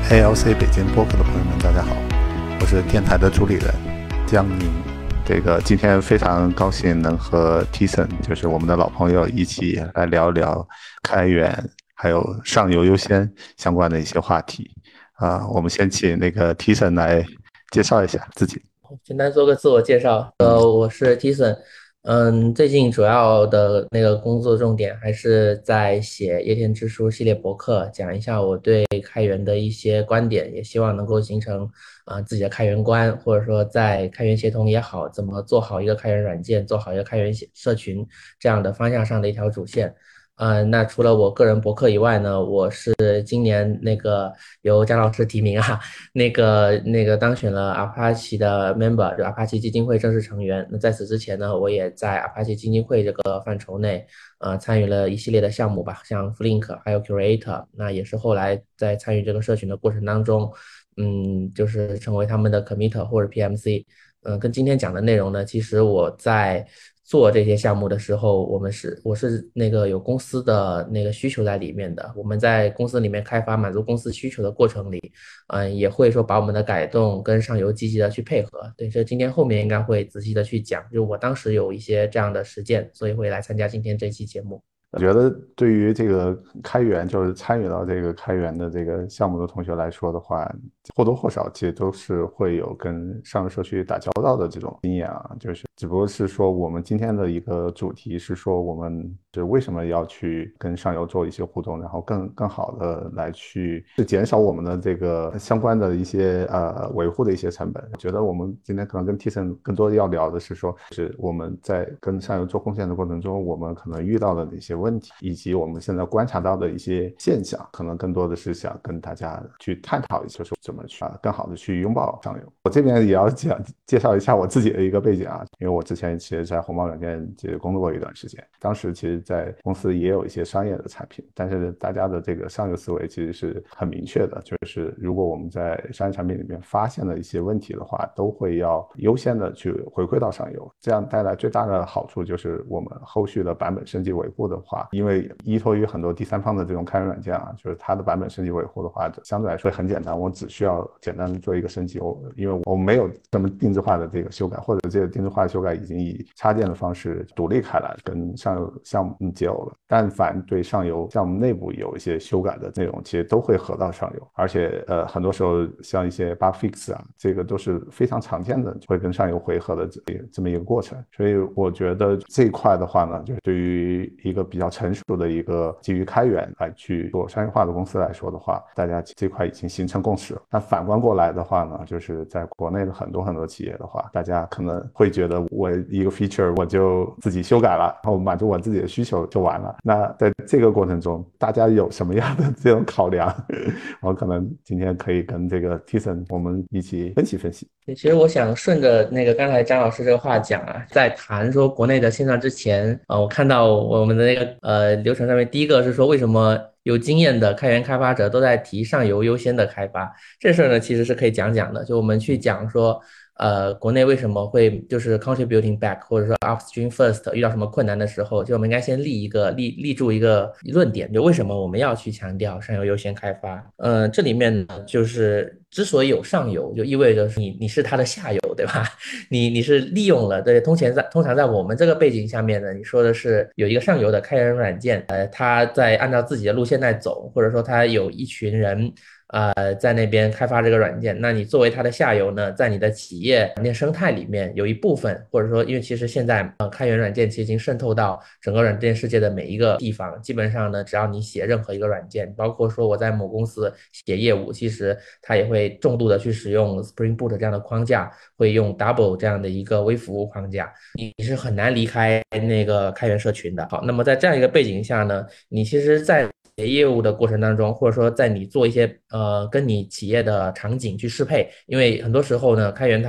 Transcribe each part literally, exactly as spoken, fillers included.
A L C 北京播客的朋友们，大家好，我是电台的主理人江宁。这个今天非常高兴能和 Tison， 就是我们的老朋友一起来聊一聊开源还有上游优先相关的一些话题。啊、呃，我们先请那个 Tison 来介绍一下自己。 简单做个自我介绍，呃，我是 Tison，嗯，最近主要的那个工作重点还是在写叶天之书系列博客，讲一下我对开源的一些观点，也希望能够形成啊、呃自己的开源观，或者说在开源协同也好，怎么做好一个开源软件，做好一个开源社群这样的方向上的一条主线。呃，那除了我个人博客以外呢，我是今年那个由姜老师提名啊，那个那个当选了 Apache 的 member，就 Apache 基金会正式成员。那在此之前呢，我也在 Apache 基金会这个范畴内，呃，参与了一系列的项目吧，像 Flink 还有 Curator，那也是后来在参与这个社群的过程当中，嗯，就是成为他们的 commit 或者 P M C。嗯，跟今天讲的内容呢，其实我在做这些项目的时候，我们是我是那个有公司的那个需求在里面的，我们在公司里面开发满足公司需求的过程里。嗯，也会说把我们的改动跟上游积极的去配合。对，这今天后面应该会仔细的去讲，就我当时有一些这样的实践，所以会来参加今天这期节目。 我觉得对于这个开源，就是参与到这个开源的这个项目的同学来说的话，或多或少其实都是会有跟上游社区打交道的这种经验啊。就是只不过是说我们今天的一个主题是说我们是为什么要去跟上游做一些互动，然后更更好的来去减少我们的这个相关的一些呃维护的一些成本。我觉得我们今天可能跟 Tison 更多要聊的是说，是我们在跟上游做贡献的过程中，我们可能遇到的哪些问题，以及我们现在观察到的一些现象，可能更多的是想跟大家去探讨一下，说怎么去啊更好的去拥抱上游。我这边也要讲介绍一下我自己的一个背景啊，因为我之前其实在红帽软件其实工作过一段时间，当时其实在公司也有一些商业的产品，但是大家的这个上游思维其实是很明确的，就是如果我们在商业产品里面发现了一些问题的话，都会要优先的去回馈到上游，这样带来最大的好处就是我们后续的版本升级维护的话，因为依托于很多第三方的这种开源软件啊，就是它的版本升级维护的话相对来说很简单，我只需要简单的做一个升级，我因为我没有这么定制化的这个修改，或者这个定制化的修改已经以插件的方式独立开来跟上游项目解耦了，但凡对上游项目内部有一些修改的内容，其实都会合到上游，而且呃很多时候像一些 bug fix 啊，这个都是非常常见的，会跟上游回合的这么一个过程。所以我觉得这一块的话呢，就对于一个比较成熟的一个基于开源来去做商业化的公司来说的话，大家这块已经形成共识了。那反观过来的话呢，就是在国内的很多很多企业的话，大家可能会觉得我一个 feature 我就自己修改了，然后满足我自己的需求就完了。那在这个过程中，大家有什么样的这种考量？我可能今天可以跟这个 Tison 我们一起分析分析。 其实我想顺着那个刚才张老师这个话讲啊，在谈说国内的线上之前，呃，我看到我们的那个呃流程上面，第一个是说为什么有经验的开源开发者都在提上游优先的开发，这事儿呢其实是可以讲讲的，就我们去讲说。呃，国内为什么会就是 contributing back 或者说 upstream first 遇到什么困难的时候，就我们应该先立一个立立住一个论点，就为什么我们要去强调上游优先开发？呃，这里面呢，就是之所以有上游，就意味着你你是它的下游，对吧？你你是利用了对，通前在通常在我们这个背景下面呢，你说的是有一个上游的开源软件，呃，它在按照自己的路线在走，或者说它有一群人。呃，在那边开发这个软件，那你作为它的下游呢，在你的企业软件生态里面有一部分，或者说，因为其实现在呃，开源软件其实已经渗透到整个软件世界的每一个地方，基本上呢，只要你写任何一个软件，包括说我在某公司写业务，其实它也会重度的去使用 Spring Boot 这样的框架，会用 Double 这样的一个微服务框架，你是很难离开那个开源社群的。好，那么在这样一个背景下呢，你其实，在业务的过程当中，或者说在你做一些呃跟你企业的场景去适配，因为很多时候呢，开源它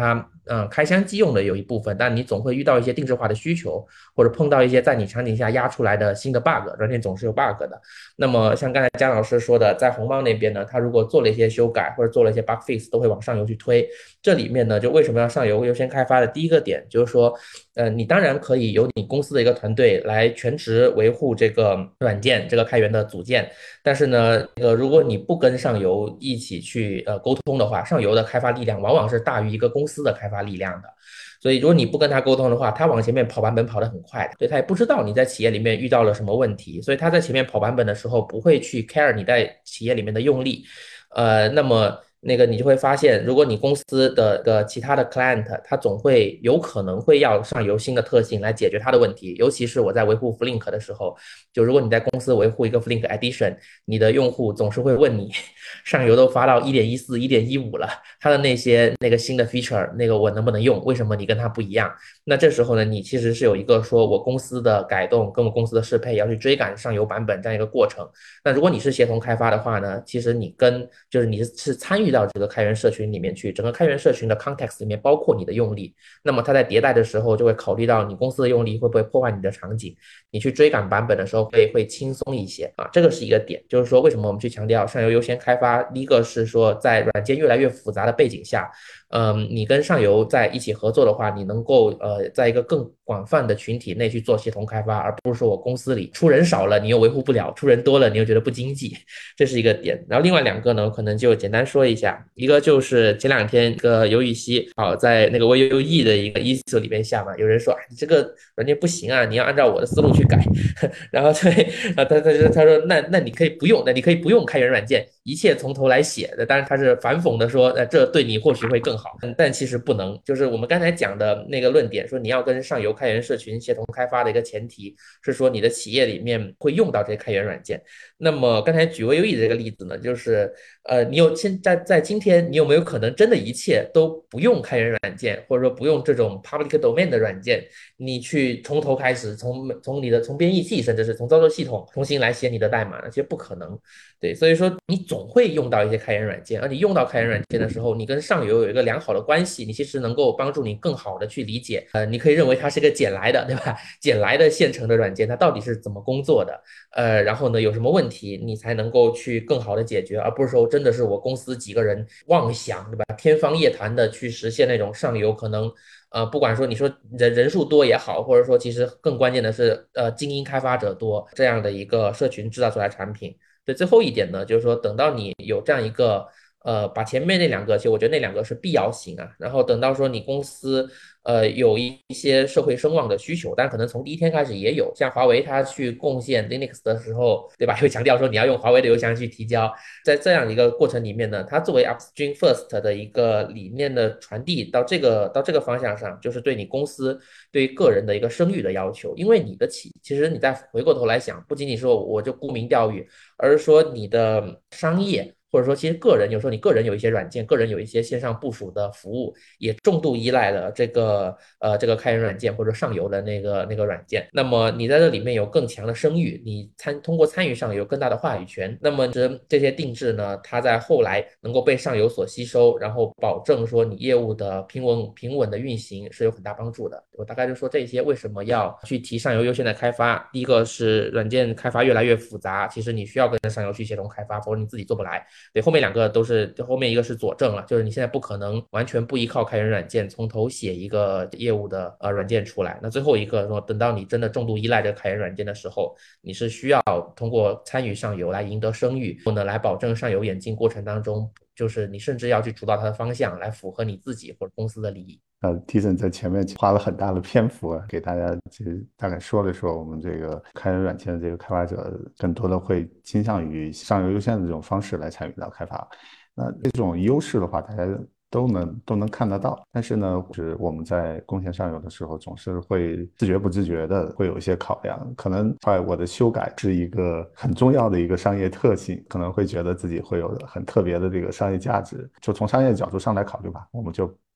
嗯开箱即用的有一部分，但你总会遇到一些定制化的需求，或者碰到一些在你场景下压出来的新的 bug，软件总是有 bug 的。那么像刚才姜老师说的，在红猫那边呢，他如果做了一些修改或者做了一些 bug fix，都会往上游去推。这里面呢，就为什么要上游优先开发的第一个点，就是说，呃，你当然可以由你公司的一个团队来全职维护这个软件、这个开源的组件，但是呢，呃，如果你不跟上游一起去呃沟通的话，上游的开发力量往往是大于一个公司的开发力量的。所以，如果你不跟他沟通的话，他往前面跑版本跑得很快的，对他也不知道你在企业里面遇到了什么问题，所以他在前面跑版本的时候不会去 care 你在企业里面的用力，呃，那么那个你就会发现，如果你公司的的其他的 client，他总会有可能会要上游新的特性来解决他的问题，尤其是我在维护 Flink 的时候，就如果你在公司维护一个 Flink Edition，你的用户总是会问你，上游都发到一点一四、一点一五了，它的那些那个新的 feature，那个我能不能用？为什么你跟它不一样？那这时候呢，你其实是有一个说我公司的改动跟我公司的适配要去追赶上游版本这样一个过程。那如果你是协同开发的话呢，其实你跟就是你是参与到这个开源社群里面去，整个开源社群的 context 里面包括你的用力，那么它在迭代的时候就会考虑到你公司的用力会不会破坏你的场景，你去追赶版本的时候会会轻松一些啊，这个是一个点，就是说为什么我们去强调上游优先开发，第一个是说在软件越来越复杂的背景下，嗯，你跟上游在一起合作的话，你能够呃在一个更广泛的群体内去做协同开发，而不是说我公司里出人少了你又维护不了，出人多了你又觉得不经济，这是一个点。然后另外两个呢，可能就简单说一下，一个就是前两天一个尤雨溪好在那个 V U E 的一个 I S O 里面下嘛，有人说、啊、你这个软件不行啊，你要按照我的思路去改，然后对啊，他他他说那那你可以不用，那你可以不用开源软件，一切从头来写的。当然他是反讽的说，呃，这对你或许会更好，但其实不能。就是我们刚才讲的那个论点，说你要跟上游开源社群协同开发的一个前提是说你的企业里面会用到这些开源软件。那么刚才举 V U E 的这个例子呢，就是呃，你有现在在今天，你有没有可能真的一切都不用开源软件，或者说不用这种 public domain 的软件，你去从头开始，从从你的从编译器，甚至是从操作系统重新来写你的代码呢？其实不可能。对，所以说你总会用到一些开源软件，而你用到开源软件的时候，你跟上游有一个良好的关系，你其实能够帮助你更好的去理解，呃，你可以认为它是一个捡来的，对吧？捡来的现成的软件，它到底是怎么工作的？呃，然后呢，有什么问题你才能够去更好的解决，而不是说真的是我公司几个人妄想，对吧？天方夜谭的去实现那种上游可能。呃，不管说你说人人数多也好，或者说其实更关键的是，呃，精英开发者多这样的一个社群制造出来产品。对，最后一点呢，就是说等到你有这样一个，呃，把前面那两个，其实我觉得那两个是必要型啊，然后等到说你公司，呃，有一些社会声望的需求，但可能从第一天开始也有，像华为它去贡献 Linux 的时候，对吧？会强调说你要用华为的邮箱去提交，在这样一个过程里面呢，它作为 upstream first 的一个理念的传递到这个到这个方向上，就是对你公司对于个人的一个声誉的要求，因为你的企，其实你再回过头来想，不仅仅说我就沽名钓誉，而是说你的商业。或者说，其实个人有时候你个人有一些软件，个人有一些线上部署的服务，也重度依赖了这个呃这个开源软件或者上游的那个那个软件。那么你在这里面有更强的声誉，你参通过参与上游有更大的话语权。那么这这些定制呢，它在后来能够被上游所吸收，然后保证说你业务的平稳平稳的运行是有很大帮助的。我大概就说这些为什么要去提上游优先的开发。第一个是软件开发越来越复杂，其实你需要跟上游去协同开发，否则你自己做不来。对，后面两个都是，后面一个是佐证了，就是你现在不可能完全不依靠开源软件从头写一个业务的呃软件出来。那最后一个说，等到你真的重度依赖这个开源软件的时候，你是需要通过参与上游来赢得声誉，后呢来保证上游演进过程当中，就是你甚至要去主导它的方向，来符合你自己或者公司的利益。 呃，Tison 在前面花了很大的篇幅啊，给大家其实大概说了说我们这个开源软件的这个开发者更多的会倾向于上游优先的这种方式来参与到开发。那这种优势的话，大家都能都能看得到，但是呢，是我们在贡献上游的时候，总是会自觉不自觉的会有一些考量，可能在我的修改是一个很重要的一个商业特性，可能会觉得自己会有很特别的这个商业价值，就从商业角度上来考虑吧，我们就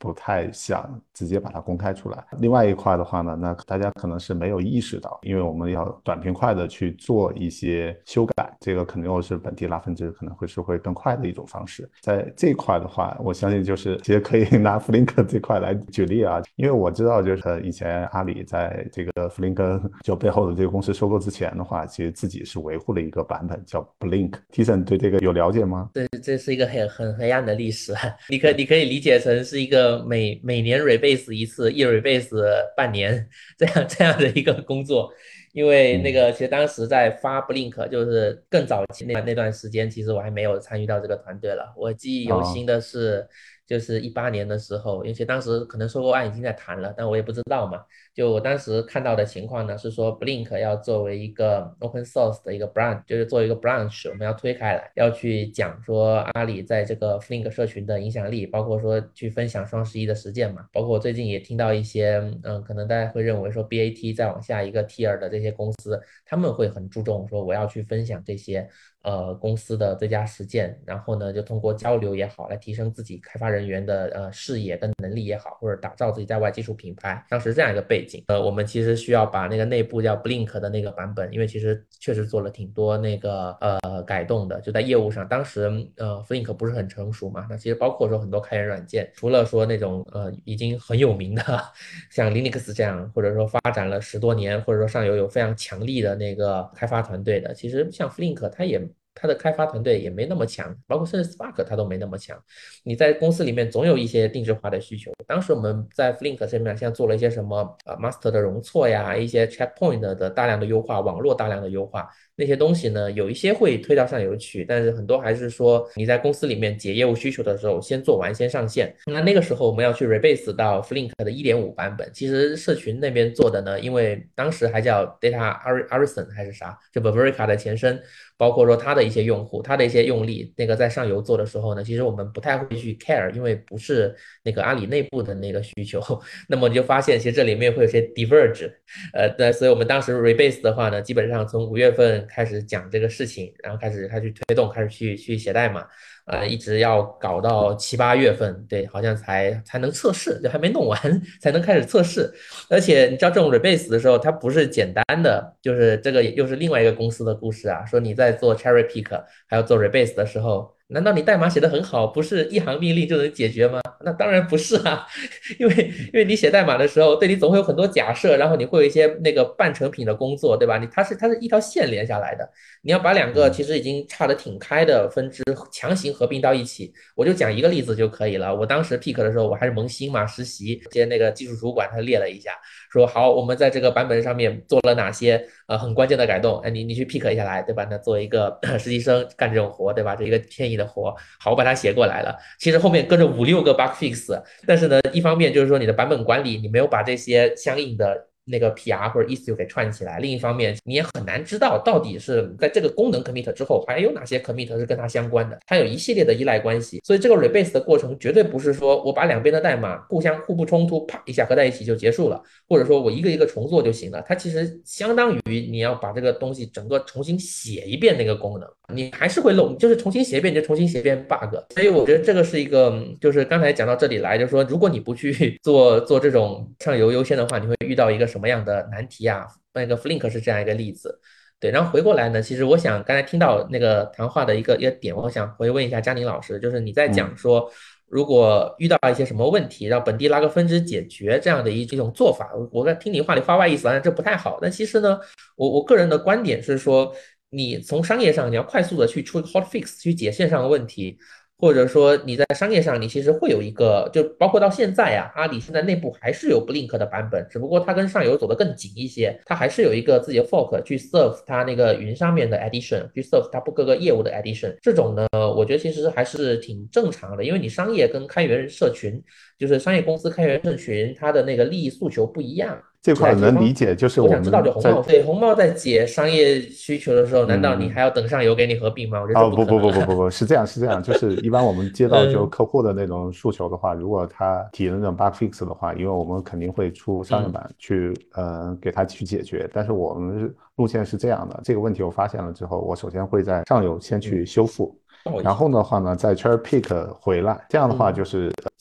不太想直接把它公开出来。另外一块的话呢，那大家可能是没有意识到，因为我们要短平快的去做一些修改，这个肯定又是本地拉分支可能会是会更快的一种方式。在这一块的话，我相信就是其实可以拿 Flink 这块来举例啊，因为我知道就是以前阿里在这个 Flink 就背后的这个公司收购之前的话，其实自己是维护了一个版本叫 Blink。Tison 对这个有了解吗？ 对，这是一个很很黑暗的历史，你可你可以理解成是一个每每年 rebase 一次，一 rebase 半年这样这样的一个工作。因为那嗯， 个其实当时在发 Blink 就是更早期那那段时间，其实我还没有参与到这个团队了。我记忆犹啊、 新的是，就是一八年的时候，因为当时可能收购案已经在谈了，但我也不知道嘛。就我当时看到的情况呢，是说 Blink 要作为一个 open source 的一个 branch，就是作为一个 branch，我们要推开来，要去讲说阿里在这个 Flink 社群的影响力，包括说去分享双十一的实践嘛。包括我最近也听到一些，嗯，可能大家会认为说 B A T 再往下一个 tier 的这些公司，他们会很注重说我要去分享这些呃公司的最佳实践，然后呢就通过交流也好，来提升自己开发人员的呃视野跟能力也好，或者打造自己在外技术品牌。当时这样一个背景，呃，我们其实需要把那个内部叫 Blink 的那个版本，因为其实确实做了挺多那个呃改动的，就在业务上，当时呃 Flink 不是很成熟嘛，那其实包括说很多开源软件，除了说那种呃已经很有名的像 Linux 这样，或者说发展了十多年，或者说上游有非常强力的那个开发团队的，其实像 Flink 它也它的开发团队也没那么强，包括甚至 Spark 它都没那么强。你在公司里面总有一些定制化的需求。当时我们在 Flink 上面像做了一些什么呃 master 的容错呀，一些 checkpoint 的大量的优化，网络大量的优化，那些东西呢，有一些会推到上游去，但是很多还是说你在公司里面解业务需求的时候，先做完先上线。那那个时候我们要去 rebase 到 Flink 的一点五版本，其实社群那边做的呢，因为当时还叫 Data Arison 还是啥，就 Bavarica 的前身，包括说它的一些用户，它的一些用力，那个在上游做的时候呢，其实我们不太会去 care，因为不是那个阿里内部的那个需求。那么你就发现，其实这里面会有些 diverge，呃，那所以我们当时 rebase 的话呢，基本上从五月份开始讲这个事情，然后开始开始推动，开始去去写代码。呃，一直要搞到七八月份，对，好像才才能测试，就还没弄完才能开始测试。而且你知道这种 rebase 的时候，它不是简单的，就是这个又是另外一个公司的故事啊。说你在做 cherry pick 还要做 rebase 的时候，难道你代码写得很好，不是一行命令就能解决吗？那当然不是啊，因为因为你写代码的时候，对你总会有很多假设，然后你会有一些那个半成品的工作，对吧？你它是它是一条线连下来的，你要把两个嗯其实已经差得挺开的分支强行合并到一起。我就讲一个例子就可以了。我当时 pick 的时候，我还是萌新嘛，实习，接那个技术主管他列了一下，说好，我们在这个版本上面做了哪些呃很关键的改动，哎，你你去 pick 一下来，对吧？那作为一个实习生干这种活，对吧？这一个天意的活，好，我把它写过来了。其实后面跟着五六个 bug fix，但是呢，一方面就是说你的版本管理，你没有把这些相应的那个 P R 或者 issue 给串起来。另一方面，你也很难知道到底是在这个功能 commit 之后，还有哪些 commit 是跟它相关的，它有一系列的依赖关系。所以这个 rebase 的过程绝对不是说我把两边的代码互相互不冲突，啪一下合在一起就结束了，或者说我一个一个重做就行了。它其实相当于你要把这个东西整个重新写一遍那个功能，你还是会漏，就是重新写一遍就重新写一遍 bug。所以我觉得这个是一个，就是刚才讲到这里来，就是说如果你不去做做这种上游优先的话，你会遇到一个什么样的难题啊？那个 Flink 是这样一个例子。对，然后回过来呢，其实我想刚才听到那个谈话的一个一个点，我想回问一下佳宁老师，就是你在讲嗯。 说，如果遇到一些什么问题，让本地拉个分支解决这样的一一种做法，我我在听你话里话外意思，好像这不太好。但其实呢，我我个人的观点是说，你从商业上你要快速的去出一个 hot fix 去解线上的问题，或者说你在商业上你其实会有一个，就包括到现在啊，阿里现在内部还是有 Blink 的版本，只不过它跟上游走得更紧一些，它还是有一个自己的 fork 去 serve 它那个云上面的 edition，去 serve 它不各个业务的 edition。这种呢，我觉得其实还是挺正常的，因为你商业跟开源社群，就是商业公司开源社群，它的那个利益诉求不一样。 这块能理解，就是我我想知道，就们在红帽，对，红帽在解商业需求的时候，难道你嗯还要等上游给你合并吗？我觉得这哦， 不可能。 不不不不不不，是这样是这样，就是一般我们接到就嗯客户的那种诉求的话，如果他提了那种 bug fix 的话，因为我们肯定会出商业嗯版去呃给他去解决，但是我们路线是这样的，这个问题我发现了之后，我首先会在上游先去嗯， 修复。然报一下。 后的话呢，再 cherry pick 回来，这样的话就嗯是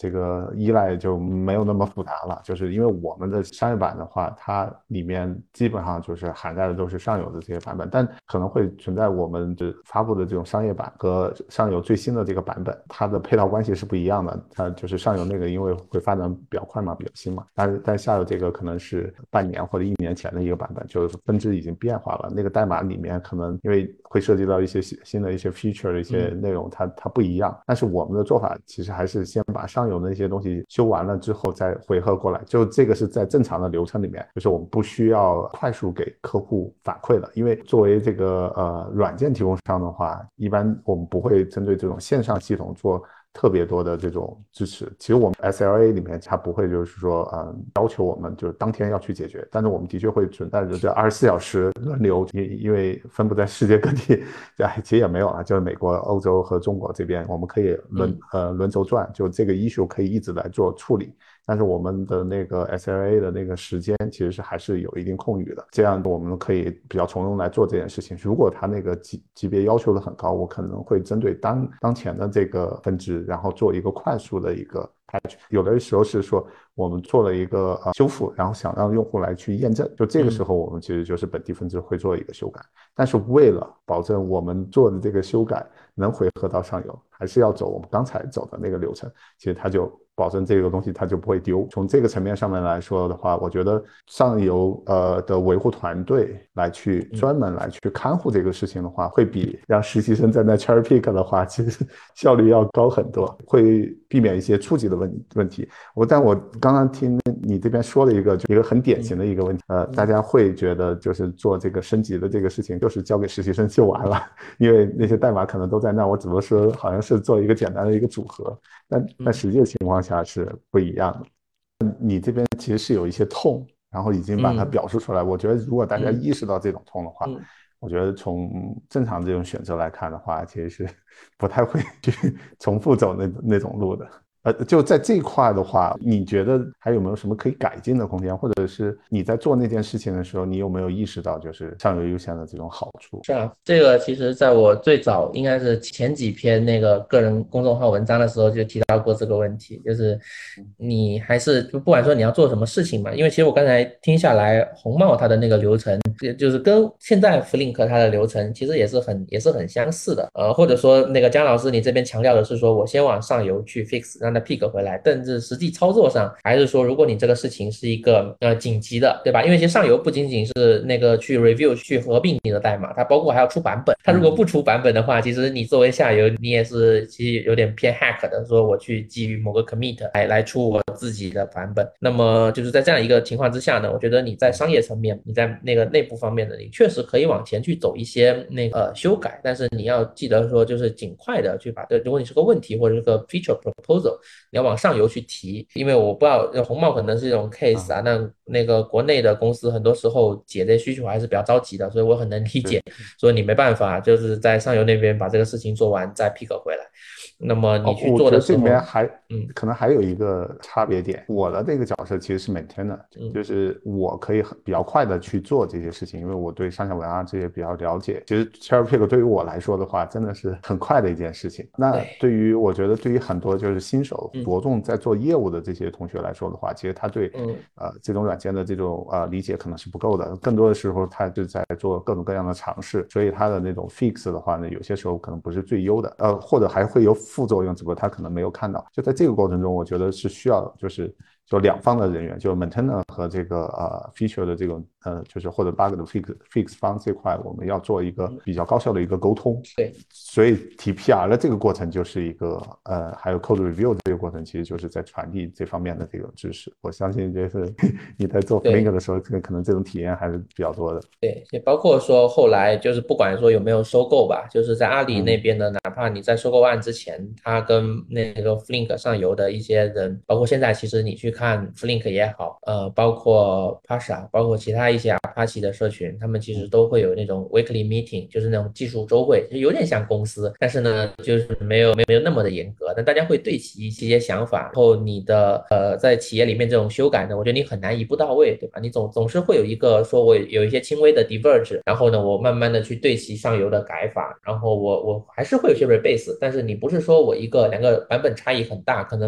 这个依赖就没有那么复杂了，就是因为我们的商业版的话，它里面基本上就是涵盖的都是上游的这些版本，但可能会存在我们的发布的这种商业版和上游最新的这个版本，它的配套关系是不一样的。它就是上游那个因为会发展比较快嘛，比较新嘛，但是但下游这个可能是半年或者一年前的一个版本，就是分支已经变化了，那个代码里面可能因为会涉及到一些新的一些 feature 的一些内容，它它不一样。但是我们的做法其实还是先把上游的那些东西修完了之后再回合过来，就这个是在正常的流程里面，就是我们不需要快速给客户反馈的，因为作为这个呃软件提供商的话，一般我们不会针对这种线上系统做特别多的这种支持。其实我们 S L A 里面它不会就是说呃要求我们就是当天要去解决，但是我们的确会存在着这二十四小时轮流，因因为分布在世界各地，其实也没有啊，就是美国、欧洲和中国这边我们可以轮呃轮轴转，就这个 issue 可以一直来做处理。但是我们的那个 S L A 的那个时间其实是还是有一定空余的，这样我们可以比较从容来做这件事情。如果他那个级级别要求的很高，我可能会针对当当前的这个分支，然后做一个快速的一个 patch。有的时候是说我们做了一个呃修复，然后想让用户来去验证，就这个时候我们其实就是本地分支会做一个修改。但是为了保证我们做的这个修改能回合到上游，还是要走我们刚才走的那个流程，其实它就保证这个东西它就不会丢。从这个层面上面来说的话，我觉得上游呃的维护团队来去专门来去看护这个事情的话，会比让实习生在那 cherry pick 的话，其实效率要高很多，会避免一些初级的问问题。我但我刚刚听你这边说了一个，就一个很典型的一个问题，呃，大家会觉得就是做这个升级的这个事情，就是交给实习生就完了，因为那些代码可能都在那，我只不过是好像是做一个简单的一个组合，但但实际的情况下是不一样的。你这边其实是有一些痛，然后已经把它表述出来。我觉得如果大家意识到这种痛的话，我觉得从正常这种选择来看的话，其实是不太会去重复走那那种路的。呃，就在这一块的话，你觉得还有没有什么可以改进的空间，或者是你在做那件事情的时候，你有没有意识到就是上游优先的这种好处？ 是啊，这个其实在我最早应该是前几篇那个个人公众号文章的时候就提到过这个问题，就是你还是就不管说你要做什么事情嘛，因为其实我刚才听下来，红帽它的那个流程，就是跟现在 Flink 它的流程其实也是很也是很相似的，呃，或者说那个姜老师你这边强调的是说我先往上游去 fix 让它 pick 回来，但是实际操作上还是说如果你这个事情是一个呃紧急的，对吧？因为其实上游不仅仅是那个去 review 去合并你的代码，它包括还要出版本，它如果不出版本的话，其实你作为下游你也是其实有点偏 hack 的，说我去基于某个 commit 来来出我自己的版本。那么就是在这样一个情况之下呢，我觉得你在商业层面，你在那个内部方面的，你确实可以往前去走一些那个、呃、修改，但是你要记得说就是尽快的去把这，如果你是个问题或者是个 feature proposal， 你要往上游去提，因为我不知道红帽可能是一种 case 啊，那那个国内的公司很多时候解这需求还是比较着急的，所以我很能理解，所以你没办法就是在上游那边把这个事情做完再 pick 回来。那么你去做的时候， 哦、我觉得这里面还嗯，可能还有一个差别点，我的这个角色其实是 maintainer，、嗯、就是我可以比较快的去做这些事情，因为我对上下文啊这些比较了解。其实 cherry pick 对于我来说的话，真的是很快的一件事情。那对于我觉得对于很多就是新手着重在做业务的这些同学来说的话，嗯、其实他对、嗯、呃这种软件的这种呃理解可能是不够的，更多的时候他是在做各种各样的尝试，所以他的那种 fix 的话呢，有些时候可能不是最优的，呃或者还会有副作用，只不过他可能没有看到。就在这个过程中，我觉得是需要就是就两方的人员，就 maintainer 和这个呃 feature 的这种呃就是或者 bug 的 fix fix 方这块，我们要做一个比较高效的一个沟通。 对， 所以提 P R 的这个过程就是一个呃还有 code review 这个过程，其实就是在传递这方面的这个知识。我相信就是你在做 Flink 的时候，可能这种体验还是比较多的。 对，也包括说后来就是不管说有没有收购吧，就是在阿里那边的，嗯、哪怕你在收购案之前，他跟那个 Flink 上游的一些人，包括现在其实你去看 Flink 也好，呃，包括 Pasha， 包括其他一些 Apache 的社群，他们其实都会有那种 weekly meeting， 就是那种技术周会，就有点像公司，但是呢，就是没有没有没有那么的严格，但大家会对齐一些想法，然后你的呃在企业里面这种修改呢，我觉得你很难一步到位，对吧？你总总是会有一个说我有一些轻微的 diverge， 然后呢，我慢慢的去对齐上游的改法，然后我我还是会有些 rebase， 但是你不是说我一个两个版本差异很大，可能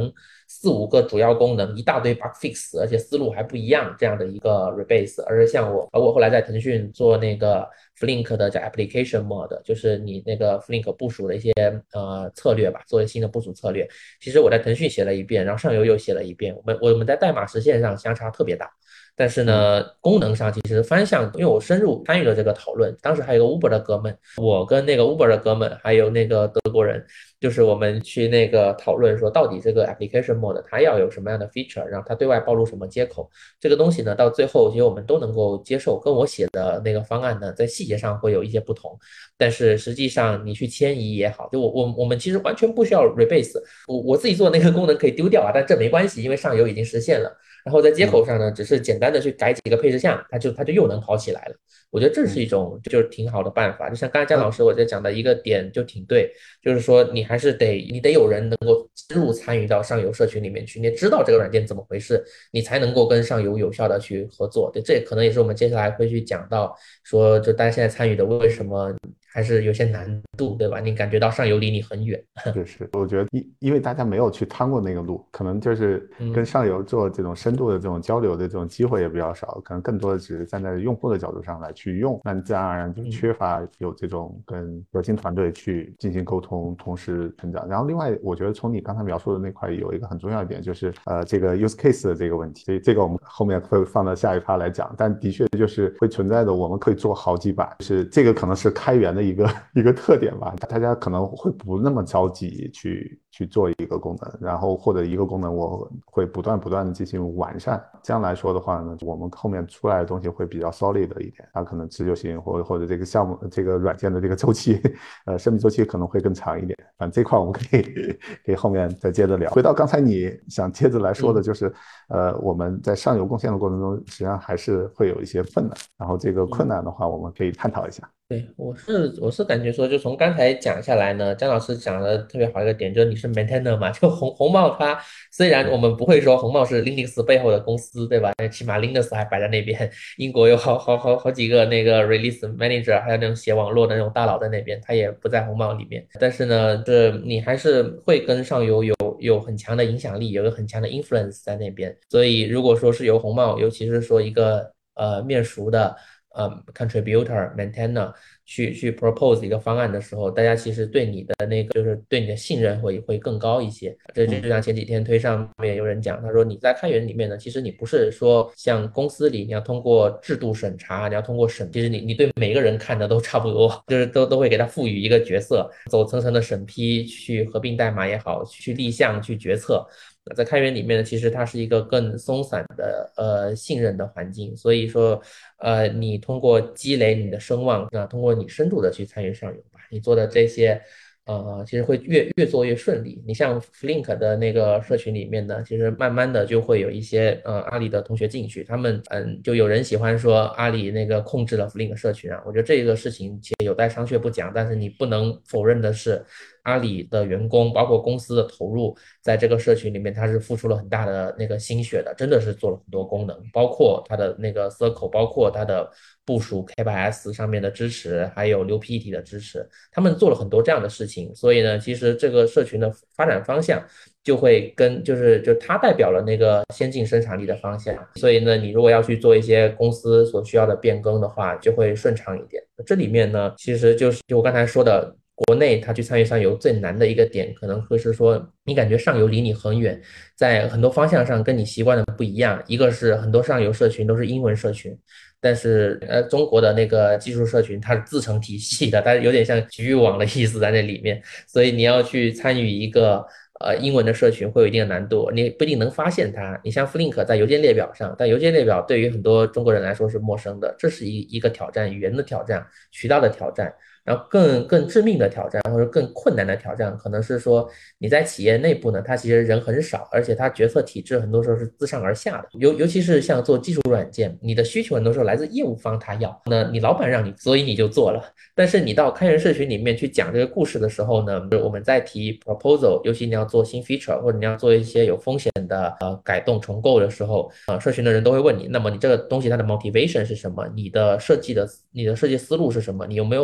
四五个主要功能，一大堆 bug fix，而且思路还不一样这样的一个 rebase。而是像我，我后来在腾讯做那个 Flink 的叫 application mode，就是你那个 Flink 部署的一些呃策略吧，作为新的部署策略。其实我在腾讯写了一遍，然后上游又写了一遍，我们我们在代码实现上相差特别大。但是嗯呢，功能上其实方向，因为我深入参与了这个讨论，当时还有个 Uber 的哥们，我跟那个 Uber 的哥们，还有那个德国人，就是我们去那个讨论说，到底这个 application mode 它要有什么样的 feature，然后它对外暴露什么接口，这个东西呢，到最后其实我们都能够接受，跟我写的那个方案呢，在细节上会有一些不同，但是实际上你去迁移也好，就我我我们其实完全不需要 rebase，我我自己做那个功能可以丢掉啊，但这没关系，因为上游已经实现了。然后在接口嗯上呢，只是简单的去改几个配置项，它就它就又能跑起来了。我觉得这是一嗯种就是挺好的办法。就像刚才姜老呃师我在讲的一个点就挺对，就是说你还是得你得有人能够深入参与到上游社群里面去，你知道这个软件怎么回事，你才能够跟上游有效的去合作。对，这可能也是我们接下来会去讲到说，就大家现在参与的为什么还是有些难度，对吧？你感觉到上游离你很远。 是是，我觉得因因为大家没有去趟过那个路，可能就是跟嗯上游做这种深度的这种交流的这种机会也比较少，可能更多的只是站在用户的角度上来去用，那自然而然就嗯缺乏有这种跟核心团队去进行沟通，同时成长。然后另外，我觉得从你刚才描述的那块有一个很重要一点，就是呃这个 use case 的这个问题，所以这个我们后面会放到下一趴来讲，但的确就是会存在的，我们可以做好几版，就是这个可能是开源的一个一个特点吧，大家可能会不那么着急去去做一个功能，然后或者一个功能我会不断不断的进行完善。这样来说的话呢，我们后面出来的东西会比较 solid 一点，它可能持久性或或者这个项目这个软件的这个周期，呃，生命周期可能会更长一点。反正这块我们可以可以后面再接着聊。回到刚才你想接着来说的， 嗯就是呃我们在上游贡献的过程中，实际上还是会有一些困难，然后这个困嗯。 难的话，我们可以探讨一下。 对，我是我是感觉说，就从刚才讲下来呢，张老师讲的特别好一个点，就是你是 maintainer 嘛，就红红帽它虽然我们不会说红帽是 Linux 背后的公司，对吧？起码 Linux 还摆在那边，英国有好好好好几个那个 release manager，还有那种写网络的那种大佬在那边，他也不在红帽里面。但是呢，这你还是会跟上游有有很强的影响力，有个很强的 influence 在那边。所以如果说是由红帽，尤其是说一个呃面熟的。呃 contributor maintainer 去去 propose 一个方案的时候，大家其实对你的那个就是对你的信任会会更高一些。这就嗯像前几天推上面有人讲，他说你在开源里面呢，其实你不是说像公司里你要通过制度审查，你要通过审，其实你你对每个人看的都差不多，就是都都会给他赋予一个角色，走层层的审批，去合并代码也好，去立项去决策。在开源里面呢，其实它是一个更松散的呃信任的环境，所以说呃你通过积累你的声望啊，通过你深度的去参与上游吧，你做的这些呃其实会越越做越顺利。你像 Flink 的那个社群里面呢，其实慢慢的就会有一些呃阿里的同学进去，他们嗯就有人喜欢说阿里那个控制了 Flink 社群啊，我觉得这个事情其实有待商榷不讲，但是你不能否认的是。阿里的员工，包括公司的投入，在这个社群里面，他是付出了很大的那个心血的，真的是做了很多功能，包括它的那个 Circle，包括它的部署 K 八 S 上面的支持，还有流 P 体的支持，他们做了很多这样的事情。所以呢，其实这个社群的发展方向就会跟就是就它代表了那个先进生产力的方向。所以呢，你如果要去做一些公司所需要的变更的话，就会顺畅一点。这里面呢，其实就是就我刚才说的。国内它去参与上游最难的一个点，可能会是说你感觉上游离你很远，在很多方向上跟你习惯的不一样。一个是很多上游社群都是英文社群，但是呃中国的那个技术社群它是自成体系的，它有点像局域网的意思在那里面，所以你要去参与一个呃英文的社群会有一定的难度，你不一定能发现它。你像 Flink 在邮件列表上，但邮件列表对于很多中国人来说是陌生的，这是一一个挑战，语言的挑战，渠道的挑战。然后更更致命的挑战，或者更困难的挑战，可能是说你在企业内部呢，它其实人很少，而且它决策体制很多时候是自上而下的。尤尤其是像做技术软件，你的需求很多时候来自业务方他要，那你老板让你，所以你就做了。但是你到开源社群里面去讲这个故事的时候呢，我们在提 proposal，尤其你要做新 feature 或者你要做一些有风险的呃改动重构的时候，呃，社群的人都会问你，那么你这个东西它的 motivation 是什么？你的设计的你的设计思路是什么？你有没有评估到？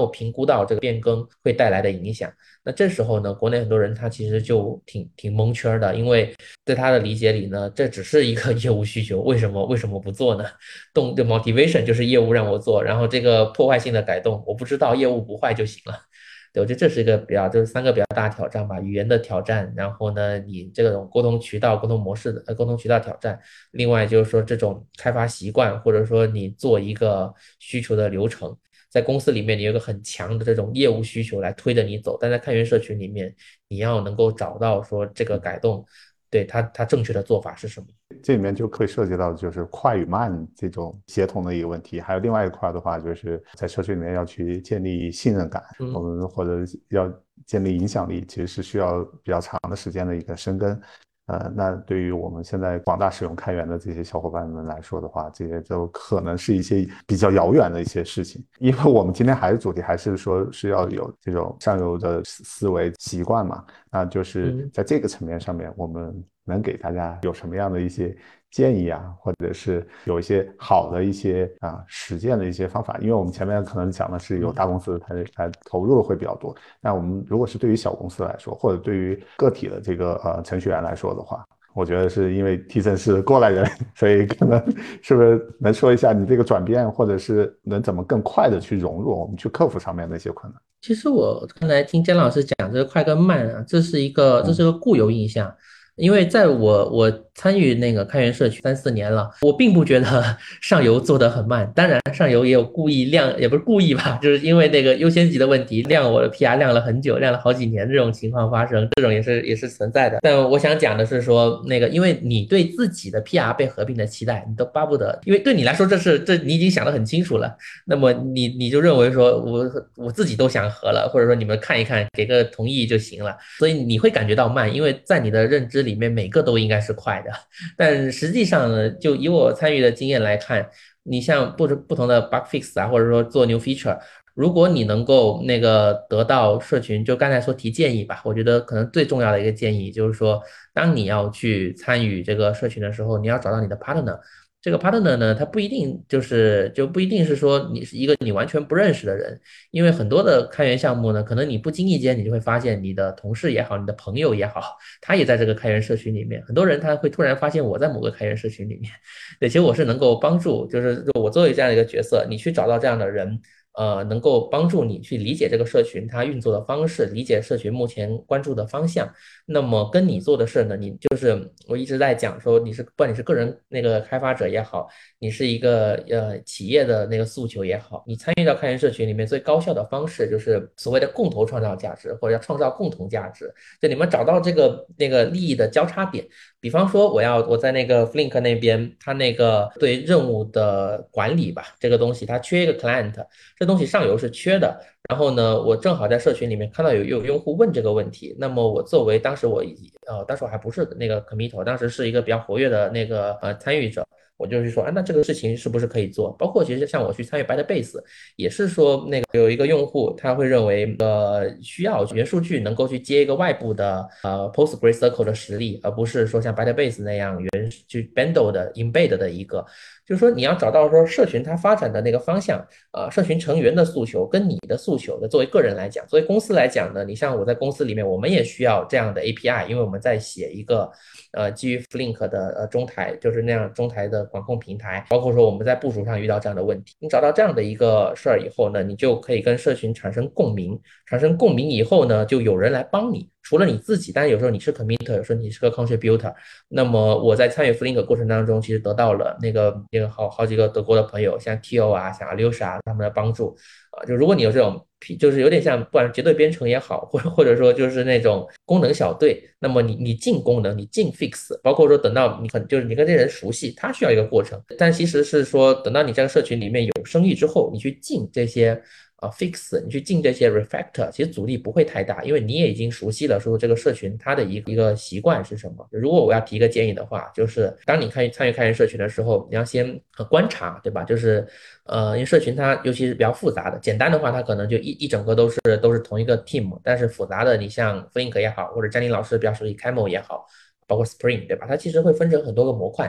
到这个变更会带来的影响。那这时候呢，国内很多人他其实就挺挺蒙圈的，因为在他的理解里呢，这只是一个业务需求，为什么为什么不做呢？动的 motivation 就是业务让我做，然后这个破坏性的改动我不知道，业务不坏就行了。对，我觉得这是一个比较，就是三个比较大的挑战吧，语言的挑战，然后呢，你这种沟通渠道、沟通模式的呃沟通渠道挑战，另外就是说这种开发习惯，或者说你做一个需求的流程，在公司里面你有一个很强的这种业务需求来推着你走，但在开源社群里面，你要能够找到说这个改动，对它它正确的做法是什么。 这里面就可以涉及到就是快与慢这种协同的一个问题，还有另外一块的话，就是在社区里面要去建立信任感，我嗯。 们或者要建立影响力，其实是需要比较长的时间的一个深耕。呃，那对于我们现在广大使用开源的这些小伙伴们来说的话，这些都可能是一些比较遥远的一些事情，因为我们今天还是主题还是说是要有这种上游的思维习惯嘛，那就是在这个层面上面，我们能给大家有什么样的一些建议啊，或者是有一些好的一些啊实践的一些方法，因为我们前面可能讲的是有大公司它它投入的会比较多，那我们如果是对于小公司来说，或者对于个体的这个呃程序员来说的话，我觉得是因为 T 森是过来人，所以可能是不是能说一下你这个转变，或者是能怎么更快的去融入我们去克服上面的一些困难？ 其实我刚才听姜老师讲这个快跟慢啊，这是一个这是嗯个固有印象，因为在我我参与那个开源社区三四年了，我并不觉得上游做得很慢。当然，上游也有故意晾，也不是故意吧，就是因为那个优先级的问题，晾我的 P R 晾了很久，晾了好几年，这种情况发生，这种也是也是存在的。但我想讲的是说，那个因为你对自己的 P R 被合并的期待，你都巴不得，因为对你来说这是这你已经想得很清楚了。那么你你就认为说我我自己都想合了，或者说你们看一看，给个同意就行了，所以你会感觉到慢，因为在你的认知里面每个都应该是快的，但实际上呢，就以我参与的经验来看，你像不不同的 bug fix 啊，或者说做 new feature。如果你能够那个得到社群，就刚才说提建议吧，我觉得可能最重要的一个建议就是说，当你要去参与这个社群的时候，你要找到你的 partner，这个 partner 呢，他不一定就是就不一定是说你是一个你完全不认识的人，因为很多的开源项目呢，可能你不经意间你就会发现你的同事也好，你的朋友也好，他也在这个开源社群里面。很多人他会突然发现我在某个开源社群里面，对，其实我是能够帮助，就是我作为这样的一个角色，你去找到这样的人。呃，能够帮助你去理解这个社群它运作的方式，理解社群目前关注的方向。那么跟你做的事呢，你就是我一直在讲说，你是不管你是个人那个开发者也好，你是一个呃企业的那个诉求也好，你参与到开源社群里面最高效的方式就是所谓的共同创造价值，或者要创造共同价值，就你们找到这个那个利益的交叉点。比方说，我要我在那个 Flink 那边，它那个对任务的管理吧，这个东西它缺一个 client，这东西上游是缺的。然后呢，我正好在社群里面看到有有用户问这个问题，那么我作为当时我呃当时我还不是那个 commit， 当时是一个比较活跃的那个呃参与者。我就是说，啊，那这个事情是不是可以做？包括其实像我去参与 Bytebase，也是说那个有一个用户他会认为，呃，需要元数据能够去接一个外部的呃 PostgreSQL 的实例，而不是说像 Bytebase 那样原去 bundle 的 embed 的一个。就是说你要找到说社群它发展的那个方向，呃，社群成员的诉求跟你的诉求的，作为个人来讲，作为公司来讲呢，你像我在公司里面，我们也需要这样的 A P I，因为我们在写一个呃基于 Flink 的呃中台，就是那样中台的管控平台，包括说我们在部署上遇到这样的问题，你找到这样的一个事儿以后呢，你就可以跟社群产生共鸣，产生共鸣以后呢，就有人来帮你。除了你自己，当然有时候你是 committer， 有时候你是个 contributor。那么我在参与 Flink 过程当中，其实得到了那个那个好好几个德国的朋友，像 T O 啊，像 Alyosha 他们的帮助啊。就如果你有这种，就是有点像不管是结对编程也好，或者或者说就是那种功能小队，那么你你进功能，你进 fix，包括说等到你很就是你跟这人熟悉，他需要一个过程，但其实是说等到你这个社群里面有声誉之后，你去进这些。啊 fix， 你去进这些 refactor， 其实阻力不会太大，因为你也已经熟悉了说这个社群它的一个一个习惯是什么。如果我要提一个建议的话，就是当你参与参与开源社群的时候，你要先观察，对吧？就是呃，因为社群它尤其是比较复杂的，简单的话它可能就一一整个都是都是同一个 team， 但是复杂的你像 Flink 也好，或者嘉宁老师比较熟悉 Camel 也好，包括 Spring， 对吧？它其实会分成很多个模块。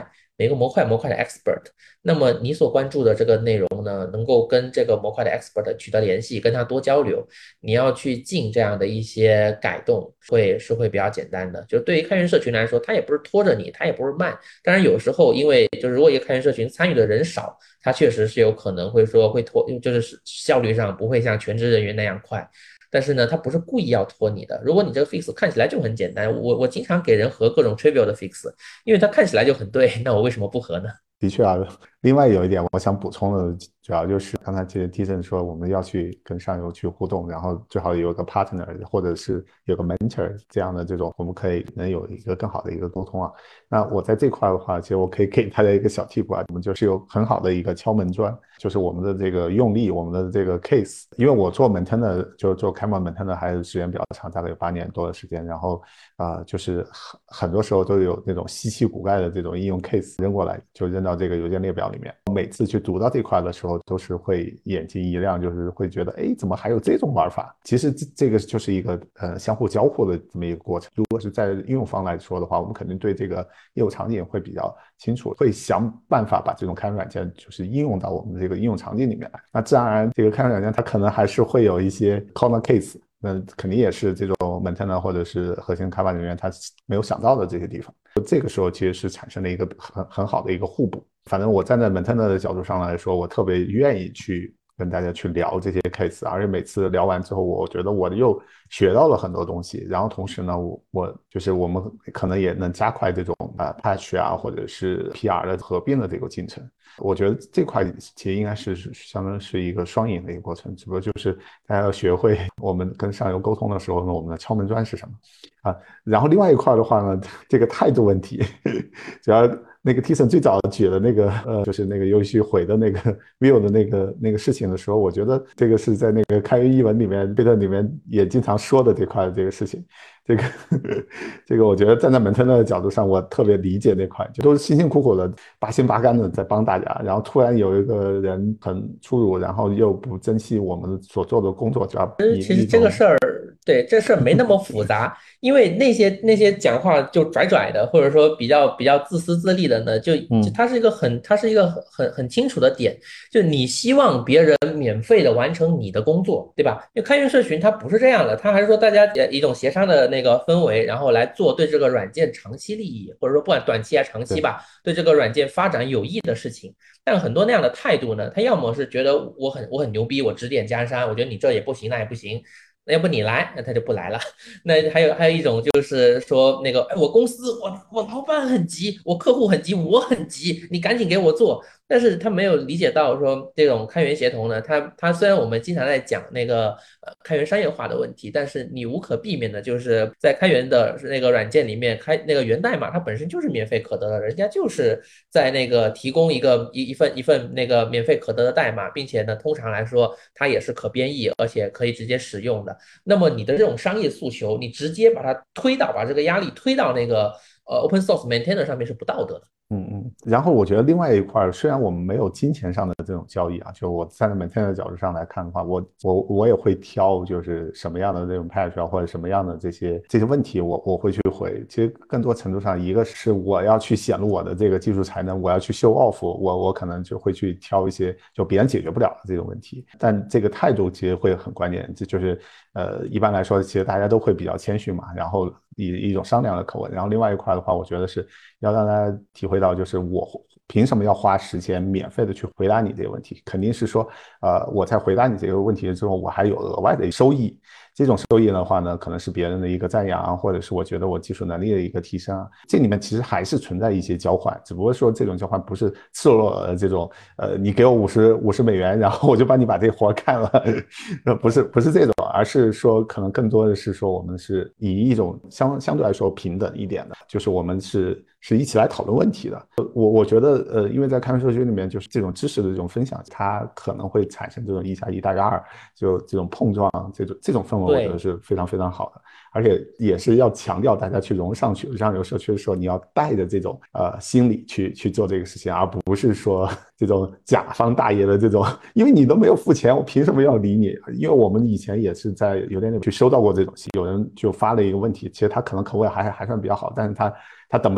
每个模块模块的 expert，那么你所关注的这个内容呢，能够跟这个模块的 expert 取得联系，跟他多交流，你要去进这样的一些改动，会是会比较简单的。就对于开源社群来说，它也不是拖着你，它也不是慢。当然有时候因为就是如果一个开源社群参与的人少，它确实是有可能会说会拖，就是效率上不会像全职人员那样快。但是呢，它不是故意要拖你的。如果你这个 fix 看起来就很简单，我我经常给人合各种 trivial 的 fix，因为它看起来就很对，那我为什么不合呢？ 的确啊，另外有一点我想补充的，主要就是刚才其实 T 说我们要去跟上游去互动，然后最好有一个 partner 或者是有个 mentor 这样的这种，我们可以能有一个更好的一个沟通啊。那我在这块的话，其实我可以给大家一个小 tip 啊，我们就是有很好的一个敲门砖，就是我们的这个用力，我们的这个 case。因为我做 maintainer 就做开门 maintainer 还是时间比较长，大概有八年多的时间，然后啊、呃，就是很很多时候都有那种稀奇古怪的这种应用 case 扔过来，就扔到这个邮件列表里面。每次去读到这块的时候，都是会眼睛一亮，就是会觉得，哎，怎么还有这种玩法？其实这这个就是一个呃相互交互的这么一个过程。如果是在应用方来说的话，我们肯定对这个业务场景会比较清楚，会想办法把这种开源软件就是应用到我们这个应用场景里面来。那自然而然，这个开源软件它可能还是会有一些 corner case。那肯定也是这种 maintainer 或者是核心开发人员他没有想到的这些地方，这个时候其实是产生了一个很很好的一个互补。反正我站在 maintainer 的角度上来说，我特别愿意去跟大家去聊这些 case， 而且每次聊完之后，我觉得我又学到了很多东西，然后同时呢，我我就是我们可能也能加快这种呃 patch 啊或者是 P R 的合并的这个进程。我觉得这块其实应该是相当于是一个双赢的一个过程，只不过就是大家要学会我们跟上游沟通的时候呢，我们的敲门砖是什么啊？然后另外一块的话呢，这个态度问题，主要那个 Tison 最早举的那个呃，就是那个游戏毁的那个 Vue 的那个那个事情的时候，我觉得这个是在那个开源译文里面贝特里面也经常说的这块这个事情。这个这个我觉得站在门特的角度上，我特别理解那块，就都是辛辛苦苦的八心八肝的在帮大家，然后突然有一个人很粗鲁，然后又不珍惜我们所做的工作，就要以其实一种这个事儿，对，这事儿没那么复杂，因为那些那些讲话就拽拽的，或者说比较比较自私自利的呢，就就嗯它是一个很它是一个很很清楚的点，就你希望别人免费的完成你的工作，对吧？因为开源社群它不是这样的，它还是说大家一种协商的那个氛围，然后来做对这个软件长期利益，或者说不管短期还是长期吧，对这个软件发展有益的事情。但很多那样的态度呢，他要么是觉得我很我很牛逼，我指点江山，我觉得你这也不行那也不行，那要不你来，那他就不来了。那还有还有一种就是说那个，哎，我公司我我老板很急，我客户很急，我很急，你赶紧给我做。但是他没有理解到说这种开源协同呢，它它虽然我们经常在讲那个呃开源商业化的问题，但是你无可避免的就是在开源的那个软件里面开那个源代码，它本身就是免费可得的，人家就是在那个提供一个一一份一份那个免费可得的代码，并且呢，通常来说它也是可编译，而且可以直接使用的。那么你的这种商业诉求，你直接把它推到把这个压力推到那个呃 open source maintainer 上面是不道德的。 嗯嗯，然后我觉得另外一块，虽然我们没有金钱上的这种交易啊，就我站在每天的角度上来看的话，我我我也会挑，就是什么样的这种 patch 啊，或者什么样的这些这些问题我，我我会去回。其实更多程度上，一个是我要去显露我的这个技术才能，我要去 show off，我我可能就会去挑一些就别人解决不了的这种问题，但这个态度其实会很关键，这就是呃一般来说，其实大家都会比较谦虚嘛，然后以一种商量的口吻。然后另外一块的话，我觉得是要让大家体会到，就是我凭什么要花时间免费的去回答你这个问题？肯定是说，呃，我在回答你这个问题之后，我还有额外的收益。这种收益的话呢，可能是别人的一个赞扬啊，或者是我觉得我技术能力的一个提升啊。这里面其实还是存在一些交换，只不过说这种交换不是赤裸裸的这种，呃，你给我五十五十美元，然后我就帮你把这活干了，不是不是这种，而是说可能更多的是说我们是以一种相相对来说平等一点的，就是我们是是一起来讨论问题的。我我觉得呃，因为在开源社区里面，就是这种知识的这种分享，它可能会产生这种一加一大于二，就这种碰撞，这种这种氛围，我觉得是非常非常好的。而且也是要强调大家去融上去上游社区的时候，你要带着这种呃心理去去做这个事情，而不是说这种甲方大爷的这种，因为你都没有付钱，我凭什么要理你？因为我们以前也是在邮件里去收到过这种信，有人就发了一个问题，其实他可能口味还还算比较好，但是他他等不及，